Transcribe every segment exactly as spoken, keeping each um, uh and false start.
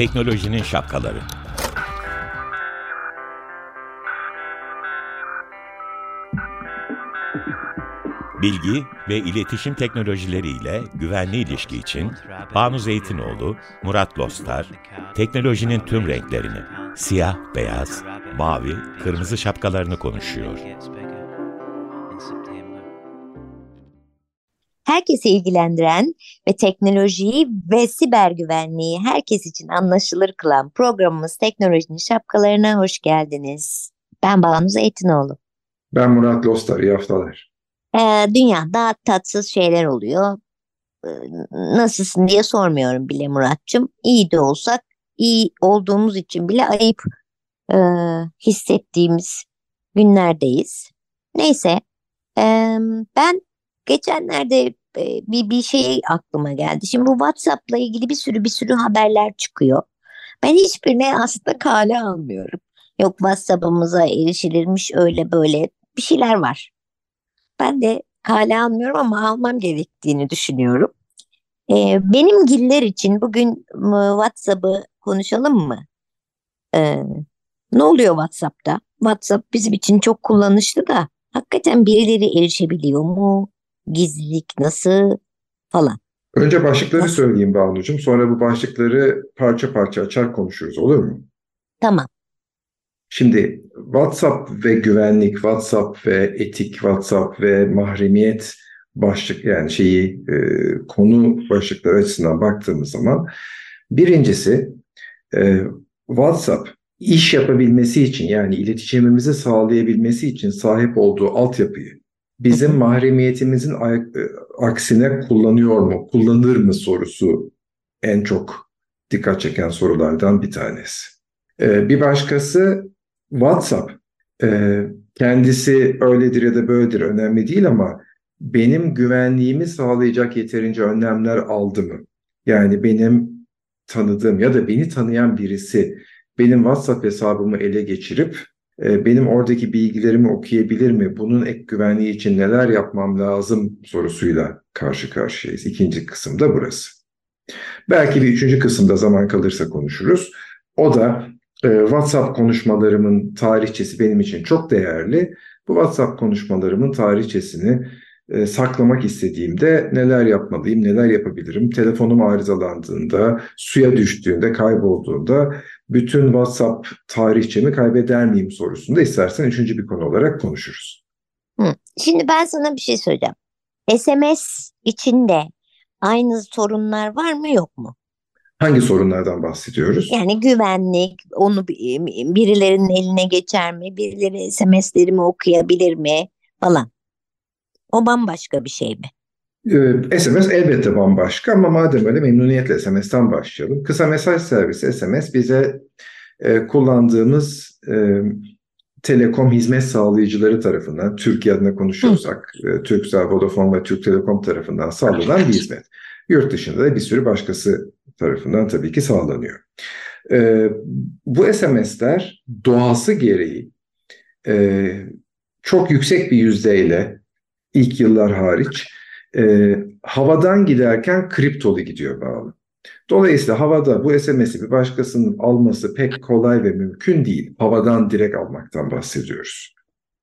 Teknolojinin şapkaları. Bilgi ve iletişim teknolojileriyle güvenli ilişki için Banu Zeytinoğlu, Murat Lostar, teknolojinin tüm renklerini, siyah, beyaz, mavi, kırmızı şapkalarını konuşuyor. Herkesi ilgilendiren ve teknolojiyi ve siber güvenliği herkes için anlaşılır kılan programımız Teknolojinin Şapkalarına hoş geldiniz. Ben Banu Zeytinoğlu. Ben Murat Lostar, iyi haftalar. Ee, dünyada tatsız şeyler oluyor. Ee, nasılsın diye sormuyorum bile Murat'cığım. İyi de olsak, iyi olduğumuz için bile ayıp e, hissettiğimiz günlerdeyiz. Neyse, e, ben geçenlerde e, bir bir şey aklıma geldi. Şimdi bu WhatsApp'la ilgili bir sürü bir sürü haberler çıkıyor. Ben hiçbirine aslında kale almıyorum. Yok WhatsApp'ımıza erişilirmiş öyle böyle bir şeyler var. Ben de kale almıyorum ama almam gerektiğini düşünüyorum. Ee, benim giller için bugün m, WhatsApp'ı konuşalım mı? Ee, ne oluyor WhatsApp'ta? WhatsApp bizim için çok kullanışlı da hakikaten birileri erişebiliyor mu? Gizlilik nasıl falan. Önce başlıkları Nasıl? söyleyeyim Banu'cum. Sonra bu başlıkları parça parça açar konuşuruz, olur mu? Tamam. Şimdi WhatsApp ve güvenlik, WhatsApp ve etik, WhatsApp ve mahremiyet başlık yani şeyi e, konu başlıkları açısından baktığımız zaman birincisi e, WhatsApp iş yapabilmesi için yani iletişimimizi sağlayabilmesi için sahip olduğu altyapıyı Hı bizim hı. mahremiyetimizin ay- e, aksine kullanıyor mu, kullanır mı sorusu en çok dikkat çeken sorulardan bir tanesi. E, bir başkası WhatsApp. E, kendisi öyledir ya da böyledir önemli değil ama benim güvenliğimi sağlayacak yeterince önlemler aldı mı? Yani benim tanıdığım ya da beni tanıyan birisi benim WhatsApp hesabımı ele geçirip e, benim oradaki bilgilerimi okuyabilir mi? Bunun ek güvenliği için neler yapmam lazım sorusuyla karşı karşıyayız. İkinci kısımda burası. Belki bir üçüncü kısımda zaman kalırsa konuşuruz. O da e, WhatsApp konuşmalarımın tarihçesi benim için çok değerli. Bu WhatsApp konuşmalarımın tarihçesini e, saklamak istediğimde neler yapmalıyım, neler yapabilirim? Telefonum arızalandığında, suya düştüğünde, kaybolduğunda bütün WhatsApp tarihçemi kaybeder miyim sorusunda istersen üçüncü bir konu olarak konuşuruz. Hı. Şimdi ben sana bir şey söyleyeceğim. S M S içinde aynı sorunlar var mı yok mu? Hangi sorunlardan bahsediyoruz? Yani güvenlik, onu bi- birilerinin eline geçer mi? Birileri S M S'lerimi okuyabilir mi? Falan. O bambaşka bir şey mi? Ee, S M S elbette bambaşka ama madem öyle memnuniyetle S M S'ten başlayalım. Kısa mesaj servisi S M S bize e, kullandığımız e, telekom hizmet sağlayıcıları tarafından, Türkiye adına Hı. konuşuyorsak, e, Turkcell, Vodafone ve Türk Telekom tarafından sağlanan bir hizmet. Yurt dışında da bir sürü başkası tarafından tabii ki sağlanıyor. E, bu S M S'ler doğası gereği e, çok yüksek bir yüzdeyle ilk yıllar hariç e, havadan giderken kriptolu gidiyor bağlı. Dolayısıyla havada bu S M S'i bir başkasının alması pek kolay ve mümkün değil. Havadan direkt almaktan bahsediyoruz.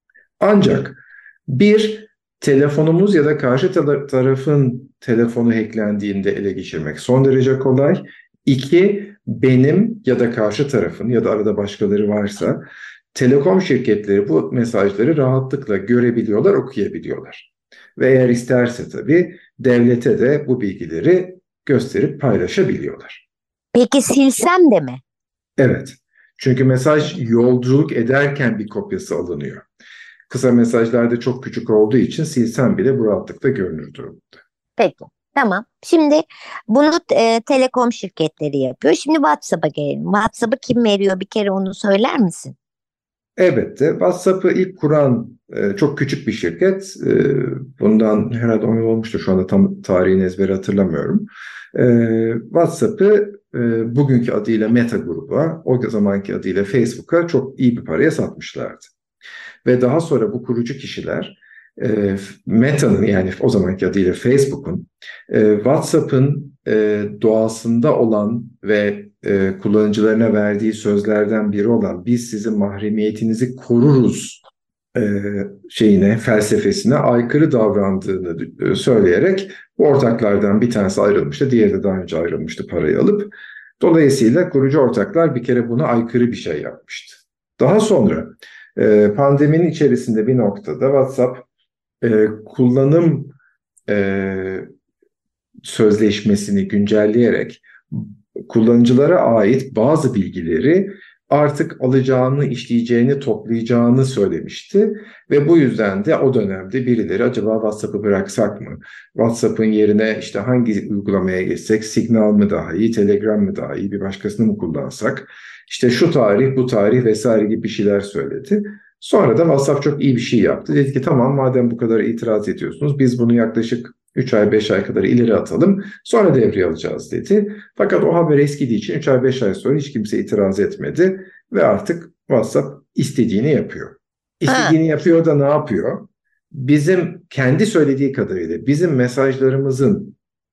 Ancak bir, telefonumuz ya da karşı tarafın telefonu hacklendiğinde ele geçirmek son derece kolay. İki, benim ya da karşı tarafın ya da arada başkaları varsa telekom şirketleri bu mesajları rahatlıkla görebiliyorlar, okuyabiliyorlar. Ve eğer isterse tabii devlete de bu bilgileri gösterip paylaşabiliyorlar. Peki silsem de mi? Evet. Çünkü mesaj yolculuk ederken bir kopyası alınıyor. Kısa mesajlarda çok küçük olduğu için silsem bile bu rahatlıkla görünür durumda. Peki. Tamam. Şimdi bunu e, telekom şirketleri yapıyor. Şimdi WhatsApp'a gelelim. WhatsApp'ı kim veriyor? Bir kere onu söyler misin? Elbette WhatsApp'ı ilk kuran e, çok küçük bir şirket. E, bundan herhalde on yıl olmuştur, şu anda tam tarihini ezbere hatırlamıyorum. E, WhatsApp'ı e, bugünkü adıyla Meta gruba, o zamanki adıyla Facebook'a çok iyi bir paraya satmışlardı. Ve daha sonra bu kurucu kişiler e, Meta'nın yani o zamanki adıyla Facebook'un e, WhatsApp'ın e, doğasında olan ve e, kullanıcılarına verdiği sözlerden biri olan biz sizin mahremiyetinizi koruruz e, şeyine, felsefesine aykırı davrandığını e, söyleyerek bu ortaklardan bir tanesi ayrılmıştı. Diğeri de daha önce ayrılmıştı parayı alıp. Dolayısıyla kurucu ortaklar bir kere buna aykırı bir şey yapmıştı. Daha sonra e, pandeminin içerisinde bir noktada WhatsApp e, kullanım e, sözleşmesini güncelleyerek kullanıcılara ait bazı bilgileri artık alacağını, işleyeceğini, toplayacağını söylemişti. Ve bu yüzden de o dönemde birileri acaba WhatsApp'ı bıraksak mı? WhatsApp'ın yerine işte hangi uygulamaya geçsek, Signal mı daha iyi, Telegram mı daha iyi, bir başkasını mı kullansak? İşte şu tarih, bu tarih vesaire gibi bir şeyler söyledi. Sonra da WhatsApp çok iyi bir şey yaptı. Dedi ki tamam madem bu kadar itiraz ediyorsunuz biz bunu yaklaşık üç ay beş ay kadar ileri atalım sonra devreye alacağız dedi. Fakat o haber eskidiği için üç ay beş ay sonra hiç kimse itiraz etmedi ve artık WhatsApp istediğini yapıyor. Ha, İstediğini yapıyor da ne yapıyor? Bizim kendi söylediği kadarıyla bizim mesajlarımızın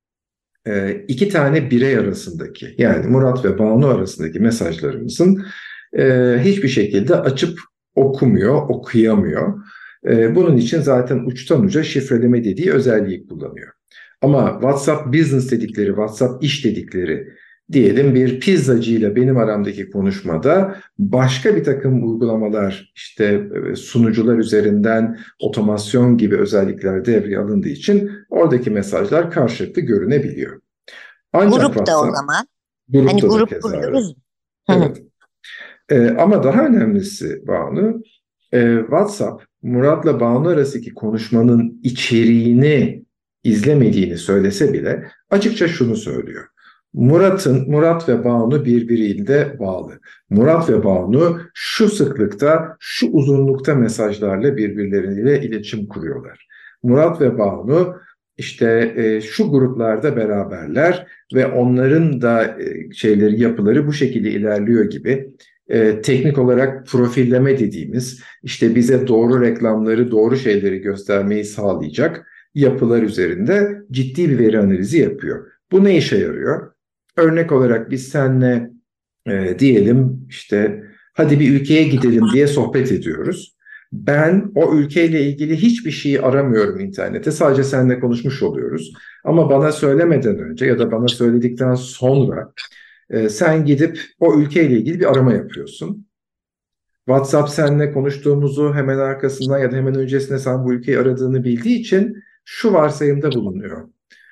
e, iki tane birey arasındaki yani Murat ve Banu arasındaki mesajlarımızın e, hiçbir şekilde açıp okumuyor, okuyamıyor. E, bunun için zaten uçtan uca şifreleme dediği özelliği kullanıyor. Ama WhatsApp Business dedikleri, WhatsApp iş dedikleri diyelim bir pizzacıyla benim aramdaki konuşmada başka bir takım uygulamalar işte e, sunucular üzerinden otomasyon gibi özellikler devreye alındığı için oradaki mesajlar karşılıklı görünebiliyor. Ancak grup da o WhatsApp zaman. Hani grupta da grup keza öyle. kuruyoruz. Hı hı. Evet. Ee, ama daha önemlisi Banu, e, WhatsApp Murat'la Banu arasındaki konuşmanın içeriğini izlemediğini söylese bile açıkça şunu söylüyor. Murat'ın Murat ve Banu birbiriyle bağlı. Murat ve Banu şu sıklıkta, şu uzunlukta mesajlarla birbirleriyle iletişim kuruyorlar. Murat ve Banu işte e, şu gruplarda beraberler ve onların da e, şeyleri, yapıları bu şekilde ilerliyor gibi e, teknik olarak profilleme dediğimiz işte bize doğru reklamları, doğru şeyleri göstermeyi sağlayacak yapılar üzerinde ciddi bir veri analizi yapıyor. Bu ne işe yarıyor? Örnek olarak biz seninle e, diyelim işte hadi bir ülkeye gidelim diye sohbet ediyoruz. Ben o ülkeyle ilgili hiçbir şeyi aramıyorum internette. Sadece seninle konuşmuş oluyoruz. Ama bana söylemeden önce ya da bana söyledikten sonra e, sen gidip o ülkeyle ilgili bir arama yapıyorsun. WhatsApp seninle konuştuğumuzu hemen arkasından ya da hemen öncesinde sen bu ülkeyi aradığını bildiği için şu varsayımda bulunuyor.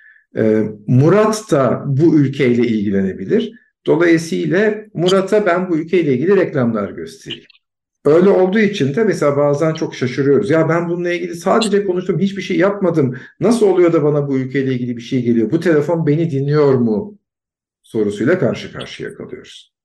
E, Murat da bu ülkeyle ilgilenebilir. Dolayısıyla Murat'a ben bu ülkeyle ilgili reklamlar göstereyim. Öyle olduğu için de mesela bazen çok şaşırıyoruz. Ya ben bununla ilgili sadece konuştum, hiçbir şey yapmadım. Nasıl oluyor da bana bu ülkeyle ilgili bir şey geliyor? Bu telefon beni dinliyor mu? Sorusuyla karşı karşıya kalıyoruz.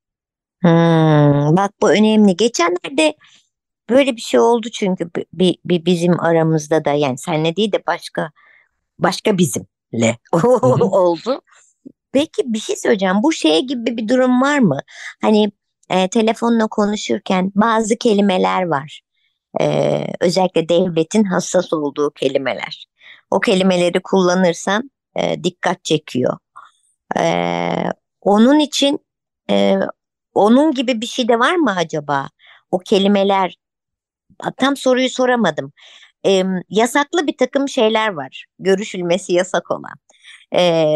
Hmm, bak bu önemli. Geçenlerde böyle bir şey oldu çünkü bi- bi- bi- bizim aramızda da yani senle değil de başka başka bizimle Hı hı. oldu. Peki bir şey söyleyeceğim. Bu şey gibi bir durum var mı? Hani e, telefonla konuşurken bazı kelimeler var. E, özellikle devletin hassas olduğu kelimeler. O kelimeleri kullanırsan e, dikkat çekiyor. E, onun için e, onun gibi bir şey de var mı acaba? O kelimeler tam soruyu soramadım. E, yasaklı bir takım şeyler var. Görüşülmesi yasak olan. E,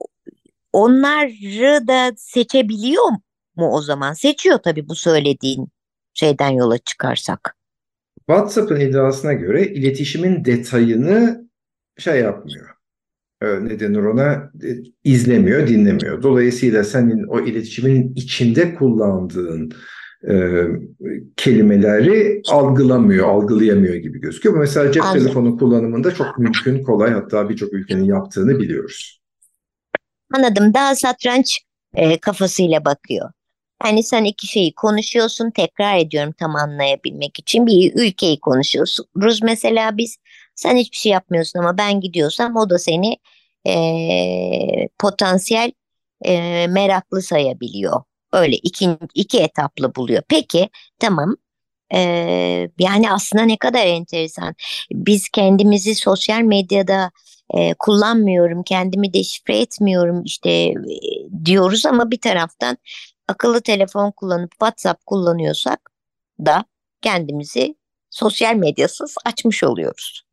onları da seçebiliyor mu o zaman? Seçiyor tabii bu söylediğin şeyden yola çıkarsak. WhatsApp'ın iddiasına göre iletişimin detayını şey yapmıyor. E, ne denir ona? E, izlemiyor, dinlemiyor. Dolayısıyla senin o iletişimin içinde kullandığın e, kelimeleri algılamıyor, algılayamıyor gibi gözüküyor. Bu mesela cep Anladım. telefonu kullanımında çok mümkün, kolay, hatta birçok ülkenin yaptığını biliyoruz. Anladım. Daha satranç e, kafasıyla bakıyor. Yani sen iki şeyi konuşuyorsun, tekrar ediyorum tam anlayabilmek için. Bir ülkeyi konuşuyoruz. Mesela biz sen hiçbir şey yapmıyorsun ama ben gidiyorsam o da seni e, potansiyel e, meraklı sayabiliyor. Öyle iki, iki etaplı buluyor. Peki tamam. Ee, yani aslında ne kadar enteresan. Biz kendimizi sosyal medyada e, kullanmıyorum, kendimi deşifre etmiyorum işte e, diyoruz ama bir taraftan akıllı telefon kullanıp WhatsApp kullanıyorsak da kendimizi sosyal medyasız açmış oluyoruz.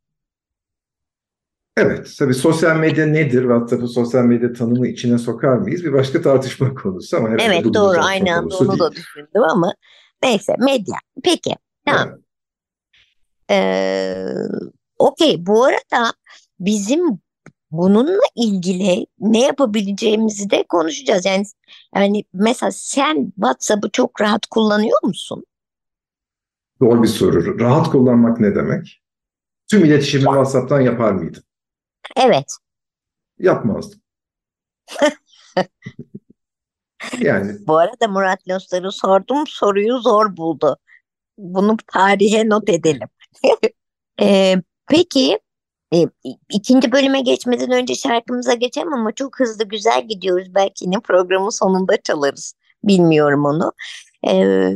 Evet, tabii sosyal medya nedir? WhatsApp'ı sosyal medya tanımı içine sokar mıyız? Bir başka tartışma konusu ama herhalde Evet, bugün o doğru, tartışma aynı anda konusu onu da değil. düşündüm ama neyse, medya. Peki, tamam. Evet. Ee, okey, bu arada bizim bununla ilgili ne yapabileceğimizi de konuşacağız. Yani yani mesela sen WhatsApp'ı çok rahat kullanıyor musun? Zor bir soru. Rahat kullanmak ne demek? Tüm iletişimimi WhatsApp'tan yapar mıydım? Evet. Yapmazdım. Yani Bu arada Murat Lostar'ı sordum, soruyu zor buldu. Bunu tarihe not edelim. Ee, peki, e, ikinci bölüme geçmeden önce şarkımıza geçelim ama çok hızlı güzel gidiyoruz. Belki yine programın sonunda çalarız. Bilmiyorum onu. Ee,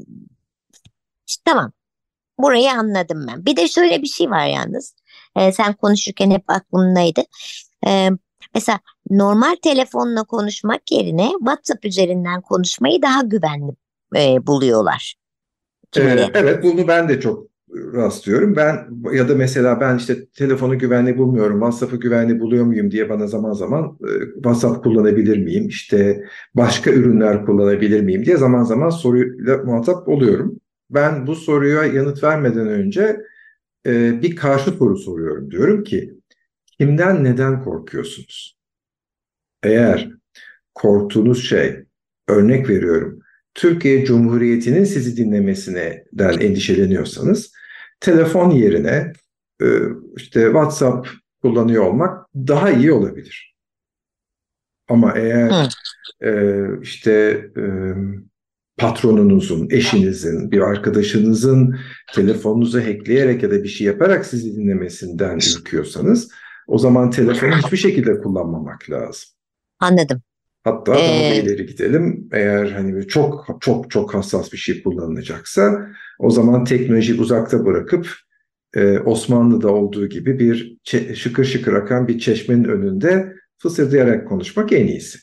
işte tamam. Burayı anladım ben. Bir de şöyle bir şey var yalnız. Ee, sen konuşurken hep aklımdaydı. Ee, mesela normal telefonla konuşmak yerine WhatsApp üzerinden konuşmayı daha güvenli e, buluyorlar Ee, kimileri. evet, bunu ben de çok rastlıyorum. Ben ya da mesela ben işte telefonu güvenli bulmuyorum, WhatsApp'ı güvenli buluyor muyum diye bana zaman zaman e, WhatsApp kullanabilir miyim, işte başka ürünler kullanabilir miyim diye zaman zaman soruyla muhatap oluyorum. Ben bu soruya yanıt vermeden önce e, bir karşı soru soruyorum. Diyorum ki kimden neden korkuyorsunuz? Eğer korktuğunuz şey, örnek veriyorum, Türkiye Cumhuriyeti'nin sizi dinlemesinden endişeleniyorsanız, telefon yerine e, işte WhatsApp kullanıyor olmak daha iyi olabilir. Ama Hı. eğer e, işte e, patronunuzun, eşinizin, bir arkadaşınızın telefonunuzu hackleyerek ya da bir şey yaparak sizi dinlemesinden ürküyorsanız, o zaman telefonu hiçbir şekilde kullanmamak lazım. Anladım. Hatta daha da Ee, ileri gidelim. Eğer hani böyle çok çok çok hassas bir şey kullanılacaksa, o zaman teknolojiyi uzakta bırakıp e, Osmanlı'da olduğu gibi bir çe- şıkır şıkır akan bir çeşmenin önünde fısıldayarak konuşmak en iyisi.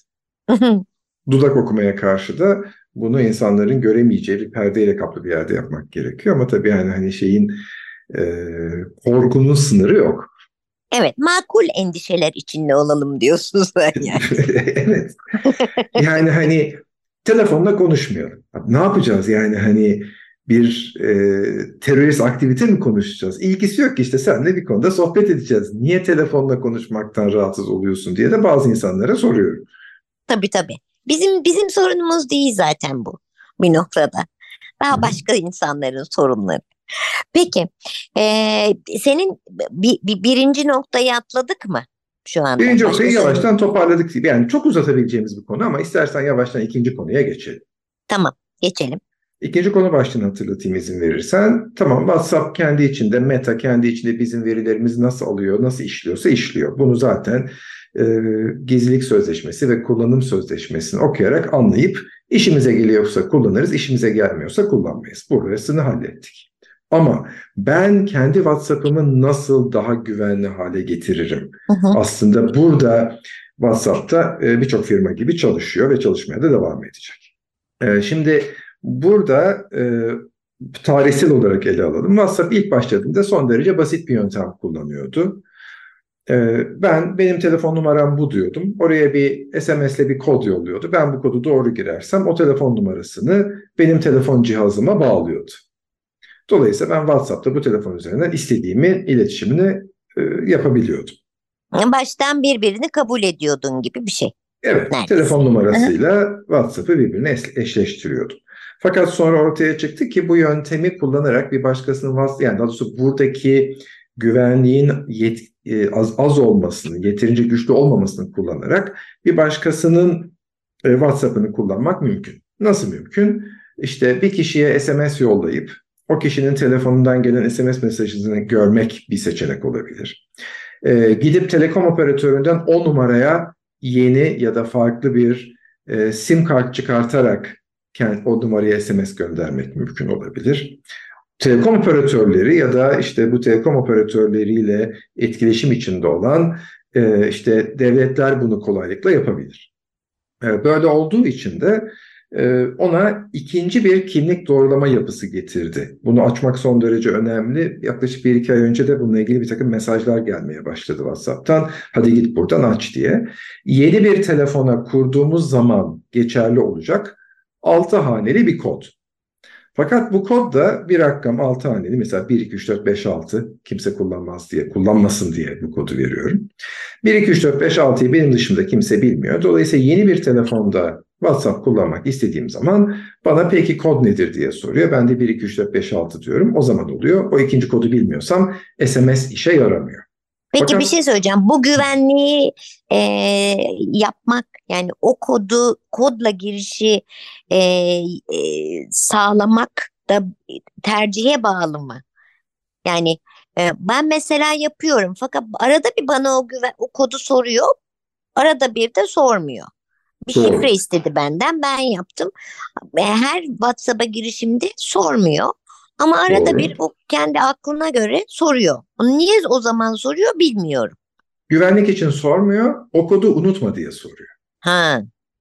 Dudak okumaya karşı da bunu insanların göremeyeceği bir perdeyle kaplı bir yerde yapmak gerekiyor. Ama tabii yani hani şeyin e, korkunun sınırı yok. evet, makul endişeler içinde olalım diyorsunuz sen yani. Evet. Yani hani telefonla konuşmayalım. Ne yapacağız yani hani bir e, terörist aktivite mi konuşacağız? İlgisi yok ki, işte seninle bir konuda sohbet edeceğiz. Niye telefonla konuşmaktan rahatsız oluyorsun diye de bazı insanlara soruyorum. Tabii tabii. Bizim bizim sorunumuz değil zaten bu bir noktada. Hı Daha hı. başka insanların sorunları. Peki, ee, senin bir, bir- birinci noktayı atladık mı şu anda? Birinci Başka noktayı sorun. yavaştan toparladık. Yani çok uzatabileceğimiz bir konu ama istersen yavaştan ikinci konuya geçelim. Tamam, geçelim. İkinci konu başlığını hatırlatayım izin verirsen. Tamam, WhatsApp kendi içinde, Meta kendi içinde bizim verilerimizi nasıl alıyor, nasıl işliyorsa işliyor. Bunu zaten e, gizlilik sözleşmesi ve kullanım sözleşmesini okuyarak anlayıp işimize geliyorsa kullanırız, işimize gelmiyorsa kullanmayız. Burasını hallettik. Ama ben kendi WhatsApp'ımı nasıl daha güvenli hale getiririm? Hı hı. Aslında burada WhatsApp'ta e, birçok firma gibi çalışıyor ve çalışmaya da devam edecek. E, şimdi burada e, tarihsel olarak ele alalım. WhatsApp ilk başladığında son derece basit bir yöntem kullanıyordu. E, ben benim telefon numaram bu diyordum. Oraya bir S M S'le bir kod yolluyordu. Ben bu kodu doğru girersem o telefon numarasını benim telefon cihazıma bağlıyordu. Dolayısıyla ben WhatsApp'ta bu telefon üzerinden istediğimi, iletişimini e, yapabiliyordum. Baştan birbirini kabul ediyordun gibi bir şey Evet, neredeyse. telefon Hı hı. numarasıyla WhatsApp'ı birbirine eş- eşleştiriyordum. Fakat sonra ortaya çıktı ki bu yöntemi kullanarak bir başkasının WhatsApp, yani daha doğrusu buradaki güvenliğin yet, e, az, az olmasını, yeterince güçlü olmamasını kullanarak bir başkasının e, WhatsApp'ını kullanmak mümkün. Nasıl mümkün? İşte bir kişiye S M S yollayıp o kişinin telefonundan gelen S M S mesajını görmek bir seçenek olabilir. E, gidip telekom operatöründen o numaraya yeni ya da farklı bir e, SIM kart çıkartarak kend- o numaraya S M S göndermek mümkün olabilir. Telekom operatörleri ya da işte bu telekom operatörleriyle etkileşim içinde olan e, işte devletler bunu kolaylıkla yapabilir. E, böyle olduğu için de e, ona ikinci bir kimlik doğrulama yapısı getirdi. Bunu açmak son derece önemli. Yaklaşık bir iki ay önce de bununla ilgili bir takım mesajlar gelmeye başladı WhatsApp'tan. Hadi git buradan aç diye. Yeni bir telefona kurduğumuz zaman geçerli olacak altı haneli bir kod. Fakat bu kod da bir rakam altı haneli, mesela bir iki üç dört beş altı, kimse kullanmaz diye, kullanmasın diye bu kodu veriyorum. bir iki üç dört beş altıyı benim dışında kimse bilmiyor. Dolayısıyla yeni bir telefonda WhatsApp kullanmak istediğim zaman bana peki kod nedir diye soruyor. Ben de bir iki üç dört beş altı diyorum. O zaman oluyor. O ikinci kodu bilmiyorsam S M S işe yaramıyor. Peki bir Fakat şey söyleyeceğim. Bu güvenliği e, yapmak, yani o kodu kodla girişi e, e, sağlamak da tercihe bağlı mı? Yani e, ben mesela yapıyorum fakat arada bir bana o güven o kodu soruyor, arada bir de sormuyor. Bir şifre doğru. istedi benden, ben yaptım. E, Her WhatsApp'a girişimde sormuyor. Ama arada bir Doğru. o kendi aklına göre soruyor. Onu niye o zaman soruyor bilmiyorum. Güvenlik için sormuyor, o kodu unutma diye soruyor. Ha,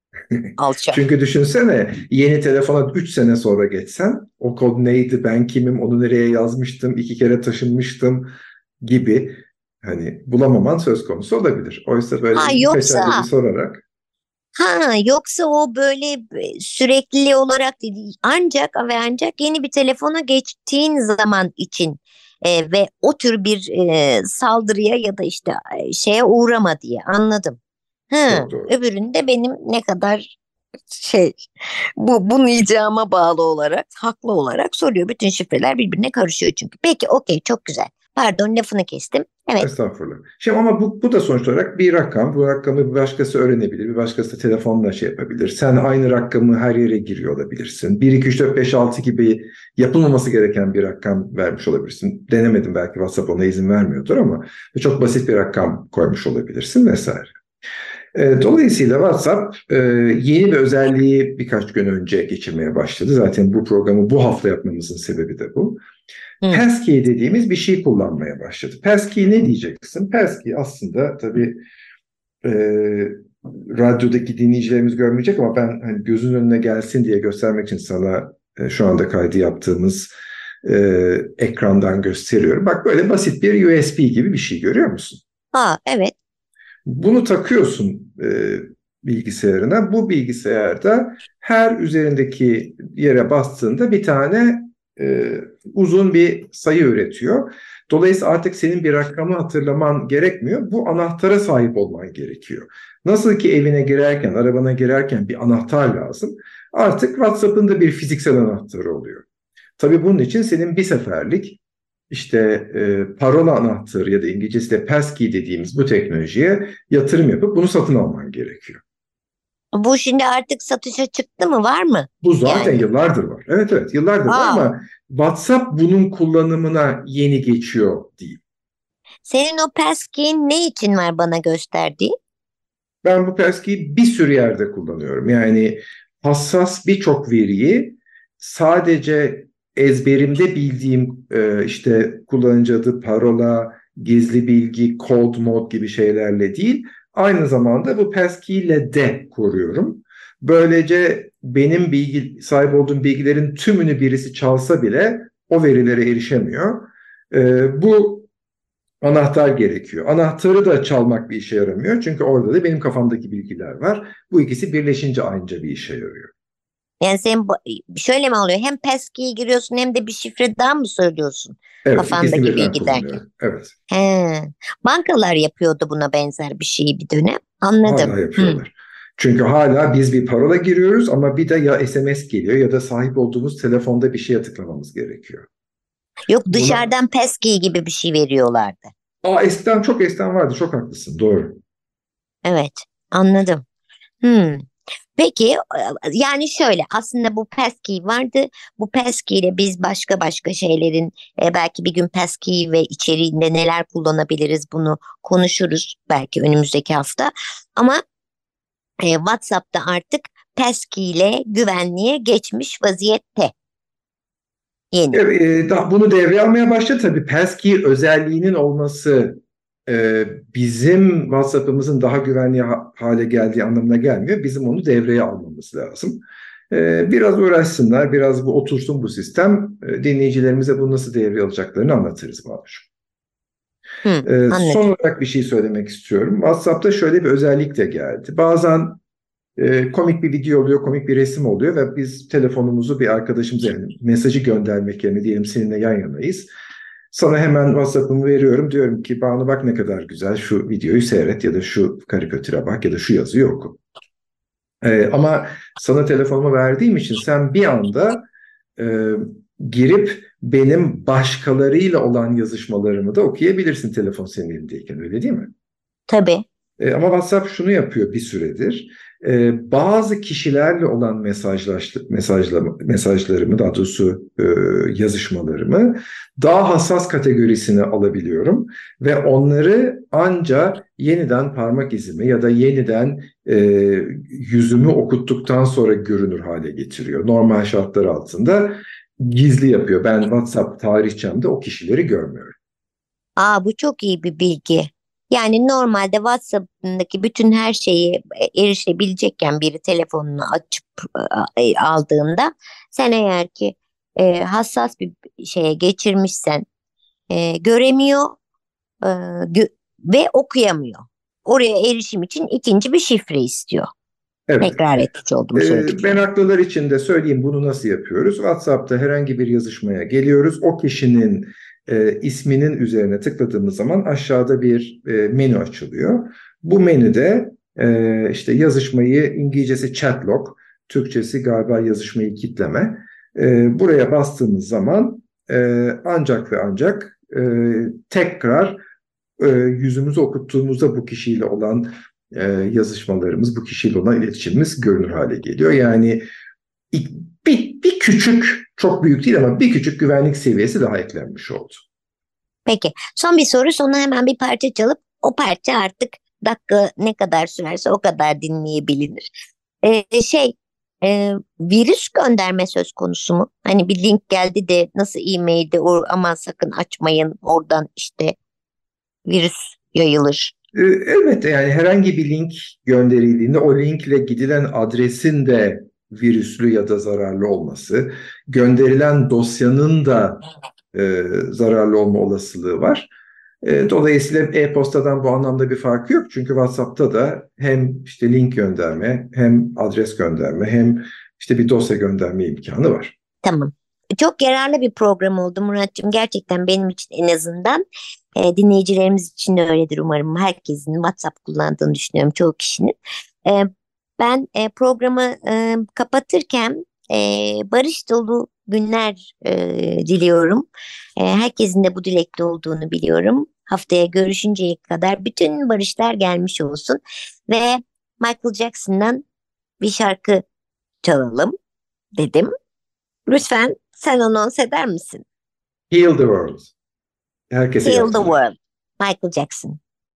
alçak. Çünkü düşünsene, yeni telefona üç sene sonra geçsen, o kod neydi, ben kimim, onu nereye yazmıştım, iki kere taşınmıştım gibi, hani bulamaman söz konusu olabilir. Oysa Ha böyle birkaç ayda bir yoksa sorarak. ha yoksa o böyle e, sürekli olarak değil, ancak ve ancak yeni bir telefona geçtiğin zaman için e, ve o tür bir e, saldırıya ya da işte e, şeye uğrama diye anladım. Ha, Çok doğru. öbüründe benim ne kadar şey bu bunayacağıma bağlı olarak, haklı olarak soruyor. Bütün şifreler birbirine karışıyor çünkü. Peki, okey, çok güzel. Pardon, lafını kestim. Evet. Estağfurullah. Şimdi ama bu, bu da sonuç olarak bir rakam. Bu rakamı bir başkası öğrenebilir. Bir başkası da telefonla şey yapabilir. Sen aynı rakamı her yere giriyor olabilirsin. bir, iki, üç, dört, beş, altı gibi yapılmaması gereken bir rakam vermiş olabilirsin. Denemedim, belki WhatsApp ona izin vermiyordur ama çok basit bir rakam koymuş olabilirsin vesaire. E, Dolayısıyla WhatsApp e, yeni bir özelliği birkaç gün önce geçirmeye başladı. Zaten bu programı bu hafta yapmamızın sebebi de bu. Hı. Passkey dediğimiz bir şey kullanmaya başladı. Passkey ne diyeceksin? Passkey aslında tabii e, radyodaki dinleyicilerimiz görmeyecek ama ben hani gözün önüne gelsin diye göstermek için sana e, şu anda kaydı yaptığımız e, ekrandan gösteriyorum. Bak, böyle basit bir U S B gibi bir şey, görüyor musun? Ha, evet. Bunu takıyorsun e, bilgisayarına. Bu bilgisayarda her üzerindeki yere bastığında bir tane e, uzun bir sayı üretiyor. Dolayısıyla artık senin bir rakamı hatırlaman gerekmiyor. Bu anahtara sahip olman gerekiyor. Nasıl ki evine girerken, arabana girerken bir anahtar lazım. Artık WhatsApp'ın da bir fiziksel anahtarı oluyor. Tabii bunun için senin bir seferlik işte e, parola anahtarı ya da İngilizcesiyle passkey dediğimiz bu teknolojiye yatırım yapıp bunu satın alman gerekiyor. Bu şimdi artık satışa çıktı mı, var mı? Bu zaten Yani. yıllardır var. Evet, evet, yıllardır var Aa, ama WhatsApp bunun kullanımına yeni geçiyor değil. senin o passkey'in ne için var bana gösterdiğin? Ben bu passkey'i bir sürü yerde kullanıyorum. Yani hassas birçok veriyi sadece ezberimde bildiğim e, işte kullanıcı adı, parola, gizli bilgi, kod, mod gibi şeylerle değil, aynı zamanda bu passkey ile de koruyorum. Böylece benim bilgi, sahip olduğum bilgilerin tümünü birisi çalsa bile o verilere erişemiyor. E, bu anahtar gerekiyor. Anahtarı da çalmak bir işe yaramıyor. Çünkü orada da benim kafamdaki bilgiler var. Bu ikisi birleşince anca bir işe yarıyor. Yani sen bu- şöyle mi oluyor? Hem passkey'i giriyorsun hem de bir şifre daha mı söylüyorsun Evet, ikisini kafandaki birden bilgi derken? kullanıyorum. Evet, He. Bankalar yapıyordu buna benzer bir şeyi bir dönem. Anladım. hala Hı. yapıyorlar. Çünkü hala biz bir parola giriyoruz ama bir de ya S M S geliyor ya da sahip olduğumuz telefonda bir şeye tıklamamız gerekiyor. Yok, Buna, dışarıdan passkey gibi bir şey veriyorlardı. aa, eskiden, çok eskiden vardı, çok haklısın, doğru. Evet, anladım. Hmm. Peki, e, yani şöyle, aslında bu passkey vardı. Bu passkey ile biz başka başka şeylerin e, belki bir gün passkey ve içeriğinde neler kullanabiliriz bunu konuşuruz belki önümüzdeki hafta. Ama e, WhatsApp'ta artık passkey ile güvenliğe geçmiş vaziyette, yeni. Evet, e, da, bunu devreye almaya başladı tabii. Passkey özelliğinin olması e, bizim WhatsApp'ımızın daha güvenli ha- hale geldiği anlamına gelmiyor. Bizim onu devreye almamız lazım. E, biraz uğraşsınlar, biraz bu otursun bu sistem. E, dinleyicilerimize bunu nasıl devreye alacaklarını anlatırız Banu'cum. Hı, E, son anladım. olarak bir şey söylemek istiyorum. WhatsApp'ta şöyle bir özellik de geldi. Bazen e, komik bir video oluyor, komik bir resim oluyor ve biz telefonumuzu bir arkadaşımıza, yani mesajı göndermek yerine diyelim seninle yan yanayız. Sana hemen WhatsApp'ımı veriyorum. Diyorum ki Banu bak ne kadar güzel, şu videoyu seyret ya da şu karikatüre bak ya da şu yazıyı oku. Ee, ama sana telefonumu verdiğim için sen bir anda e, girip benim başkalarıyla olan yazışmalarımı da okuyabilirsin telefon senin elindeyken, öyle değil mi? Tabii. E, ama WhatsApp şunu yapıyor bir süredir. E, bazı kişilerle olan mesajlaş, mesajlama, mesajlarımı, daha doğrusu e, yazışmalarımı daha hassas kategorisine alabiliyorum. Ve onları ancak yeniden parmak izimi ya da yeniden e, yüzümü okuttuktan sonra görünür hale getiriyor. Normal şartlar altında gizli yapıyor. Ben WhatsApp tarihçemde o kişileri görmüyorum. Aa, bu çok iyi bir bilgi. Yani normalde WhatsApp'ındaki bütün her şeyi e, erişebilecekken biri telefonunu açıp e, aldığında sen eğer ki e, hassas bir şeye geçirmişsen e, göremiyor e, gö- ve okuyamıyor. Oraya erişim için ikinci bir şifre istiyor. Evet. Tekrar etmiş oldum Ee, söylediklerimi. Meraklılar için de söyleyeyim bunu nasıl yapıyoruz. WhatsApp'ta herhangi bir yazışmaya geliyoruz. O kişinin e, isminin üzerine tıkladığımız zaman aşağıda bir e, menü açılıyor. Bu menüde e, işte yazışmayı, İngilizcesi chat log, Türkçesi galiba yazışmayı kitleme. E, buraya bastığımız zaman e, ancak ve ancak e, tekrar e, yüzümüzü okuttuğumuzda bu kişiyle olan e, yazışmalarımız, bu kişiyle olan iletişimimiz görünür hale geliyor. Yani bir, bir küçük, çok büyük değil ama bir küçük güvenlik seviyesi daha eklenmiş oldu. Peki, son bir soru, sonra hemen bir parça çalıp o parça artık dakika ne kadar sürerse o kadar dinleyebilir. Ee, şey e, virüs gönderme söz konusu mu? Hani bir link geldi de nasıl e-mailde o, aman sakın açmayın oradan işte virüs yayılır. E, elbette yani herhangi bir link gönderildiğinde o linkle gidilen adresin de virüslü ya da zararlı olması, gönderilen dosyanın da e, zararlı olma olasılığı var. E, dolayısıyla e-postadan bu anlamda bir farkı yok. Çünkü WhatsApp'ta da hem işte link gönderme, hem adres gönderme, hem işte bir dosya gönderme imkanı var. Tamam. Çok yararlı bir program oldu Muratcığım. Gerçekten benim için en azından e, dinleyicilerimiz için de öyledir umarım. Herkesin WhatsApp kullandığını düşünüyorum çoğu kişinin. E, ben e, programı e, kapatırken e, barış dolu günler e, diliyorum. E, herkesin de bu dilekte olduğunu biliyorum. Haftaya görüşünceye kadar bütün barışlar gelmiş olsun. Ve Michael Jackson'dan bir şarkı çalalım dedim. Lütfen sen anons eder misin? Heal the world. Herkese iyi Heal the haftalar. World. Michael Jackson.